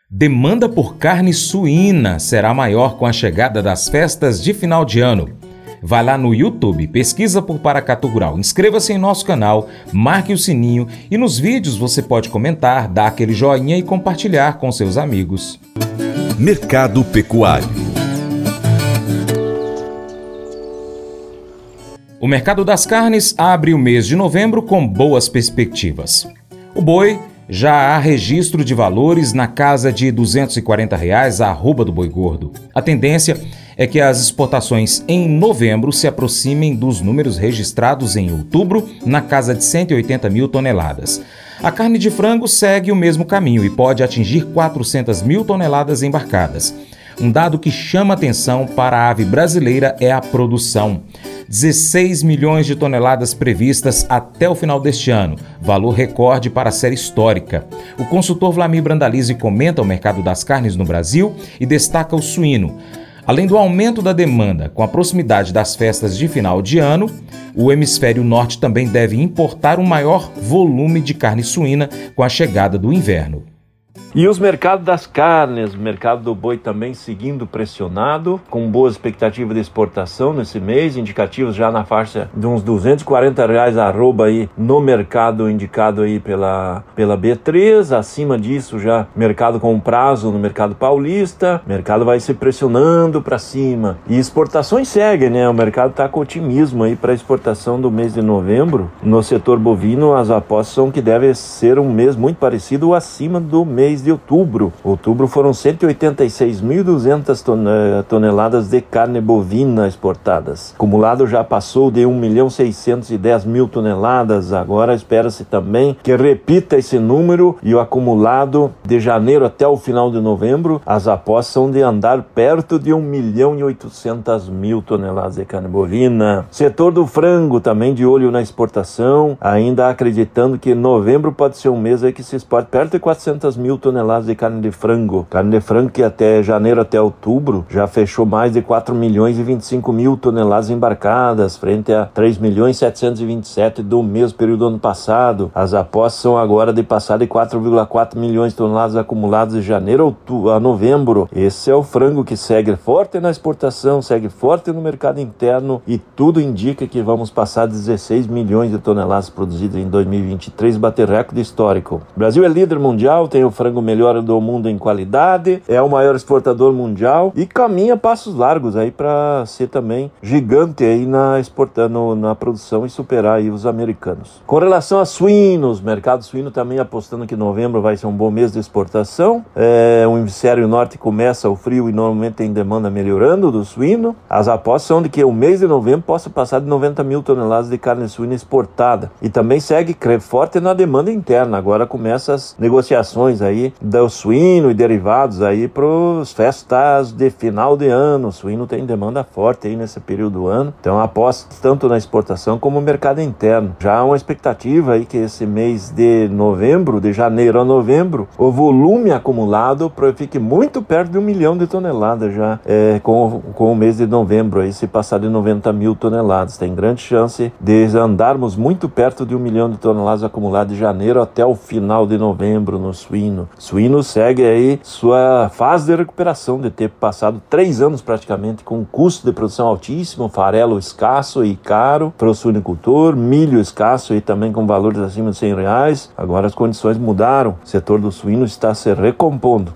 Demanda por carne suína será maior com a chegada das festas de final de ano. Vai lá no YouTube, pesquisa por Paracatu Rural, inscreva-se em nosso canal, marque o sininho e nos vídeos você pode comentar, dar aquele joinha e compartilhar com seus amigos. Mercado Pecuário. O mercado das carnes abre o mês de novembro com boas perspectivas. O boi já há registro de valores na casa de R$ 240 a arroba do boi gordo. A tendência é que as exportações em novembro se aproximem dos números registrados em outubro, na casa de 180 mil toneladas. A carne de frango segue o mesmo caminho e pode atingir 400 mil toneladas embarcadas. Um dado que chama atenção para a ave brasileira é a produção. 16 milhões de toneladas previstas até o final deste ano, valor recorde para a série histórica. O consultor Vlamir Brandalize comenta o mercado das carnes no Brasil e destaca o suíno. Além do aumento da demanda com a proximidade das festas de final de ano, o hemisfério norte também deve importar um maior volume de carne suína com a chegada do inverno. E os mercados das carnes, o mercado do boi também seguindo pressionado, com boas expectativas de exportação nesse mês, indicativos já na faixa de uns R$ 240 a arroba aí no mercado indicado aí pela B3, acima disso já mercado com prazo no mercado paulista, o mercado vai se pressionando para cima. E exportações seguem, né? O mercado está com otimismo aí para a exportação do mês de novembro. No setor bovino, as apostas são que deve ser um mês muito parecido ou acima do mês de outubro. Outubro foram 186.200 toneladas de carne bovina exportadas. Acumulado já passou de 1.610.000 toneladas. Agora espera-se também que repita esse número e o acumulado de janeiro até o final de novembro, as apostas são de andar perto de 1.800.000 toneladas de carne bovina. Setor do frango também de olho na exportação, ainda acreditando que novembro pode ser um mês aí que se exporta perto de 400.000 toneladas de carne de frango. Carne de frango que até janeiro até outubro já fechou mais de 4.025.000 toneladas embarcadas, frente a 3.727.000 do mesmo período do ano passado. As apostas são agora de passar de 4,4 milhões de toneladas acumuladas de janeiro a novembro. Esse é o frango que segue forte na exportação, segue forte no mercado interno e tudo indica que vamos passar de 16 milhões de toneladas produzidas em 2023, bater recorde histórico. O Brasil é líder mundial, tem o frango melhor do mundo em qualidade, é o maior exportador mundial e caminha passos largos aí para ser também gigante aí exportando na produção e superar aí os americanos. Com relação a suínos, mercado suíno também apostando que novembro vai ser um bom mês de exportação. O hemisfério norte começa o frio e normalmente tem demanda melhorando do suíno. As apostas são de que o mês de novembro possa passar de 90.000 toneladas de carne suína exportada e também segue forte na demanda interna. Agora começa as negociações aí do suíno e derivados aí para as festas de final de ano. O suíno tem demanda forte aí nesse período do ano, então aposta tanto na exportação como no mercado interno. Já há uma expectativa aí que esse mês de novembro, de janeiro a novembro, o volume acumulado fique muito perto de 1 milhão de toneladas já com o mês de novembro, aí se passar de 90.000 toneladas. Tem grande chance de andarmos muito perto de 1 milhão de toneladas acumuladas de janeiro até o final de novembro no suíno. Suíno segue aí sua fase de recuperação, de ter passado 3 anos praticamente com um custo de produção altíssimo, farelo escasso e caro para o suinicultor, milho escasso e também com valores acima de R$100. Agora as condições mudaram, o setor do suíno está se recompondo.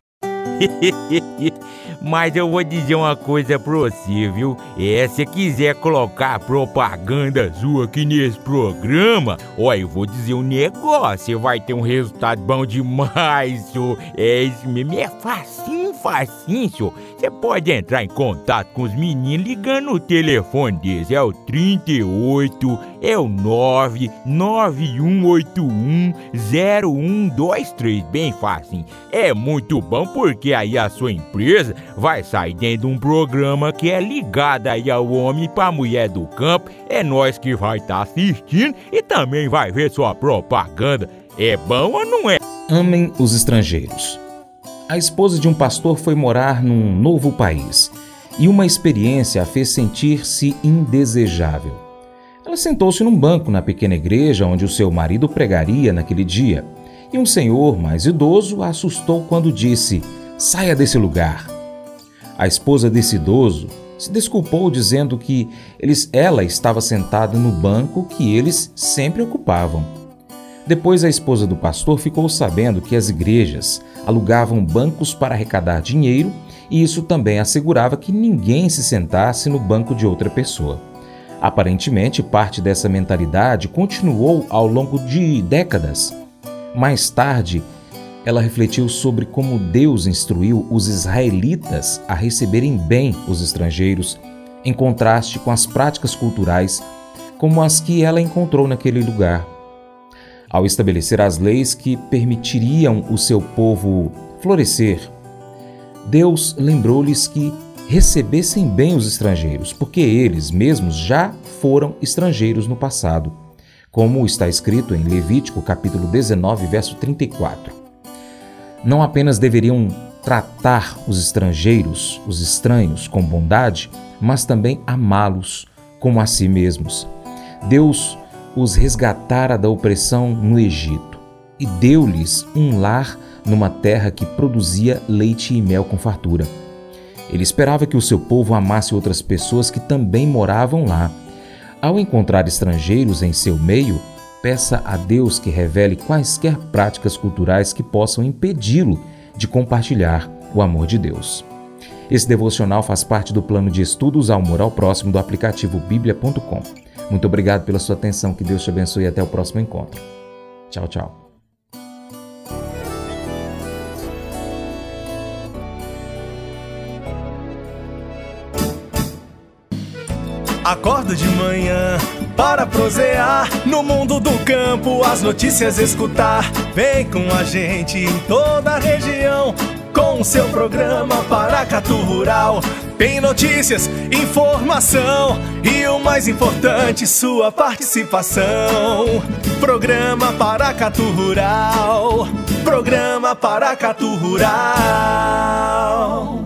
Mas eu vou dizer uma coisa pra você, viu? Se quiser colocar propaganda sua aqui nesse programa, ó, eu vou dizer um negócio, você vai ter um resultado bom demais, senhor. Isso mesmo, é facinho, senhor. Você pode entrar em contato com os meninos ligando no telefone deles, é o 38, é o 991810123, bem facinho. É muito bom porque aí a sua empresa vai sair dentro de um programa que é ligado aí ao homem pra mulher do campo. É nós que vai estar assistindo e também vai ver sua propaganda. É bom ou não é? Amem os estrangeiros. A esposa de um pastor foi morar num novo país e uma experiência a fez sentir-se indesejável. Ela sentou-se num banco na pequena igreja onde o seu marido pregaria naquele dia e um senhor mais idoso a assustou quando disse: Saia desse lugar. A esposa desse idoso se desculpou dizendo que ela estava sentada no banco que eles sempre ocupavam. Depois a esposa do pastor ficou sabendo que as igrejas alugavam bancos para arrecadar dinheiro e isso também assegurava que ninguém se sentasse no banco de outra pessoa. Aparentemente, parte dessa mentalidade continuou ao longo de décadas. Mais tarde, ela refletiu sobre como Deus instruiu os israelitas a receberem bem os estrangeiros, em contraste com as práticas culturais como as que ela encontrou naquele lugar. Ao estabelecer as leis que permitiriam o seu povo florescer, Deus lembrou-lhes que recebessem bem os estrangeiros, porque eles mesmos já foram estrangeiros no passado, como está escrito em Levítico capítulo 19, verso 34. Não apenas deveriam tratar os estrangeiros, os estranhos, com bondade, mas também amá-los como a si mesmos. Deus os resgatara da opressão no Egito e deu-lhes um lar numa terra que produzia leite e mel com fartura. Ele esperava que o seu povo amasse outras pessoas que também moravam lá. Ao encontrar estrangeiros em seu meio, peça a Deus que revele quaisquer práticas culturais que possam impedi-lo de compartilhar o amor de Deus. Esse devocional faz parte do plano de estudos ao Amor ao Próximo do aplicativo biblia.com. Muito obrigado pela sua atenção, que Deus te abençoe e até o próximo encontro. Tchau, tchau. Acordo de manhã para prosear no mundo do campo, as notícias escutar. Vem com a gente em toda a região com o seu programa Paracatu Rural. Tem notícias, informação e o mais importante, sua participação. Programa Paracatu Rural. Programa Paracatu Rural.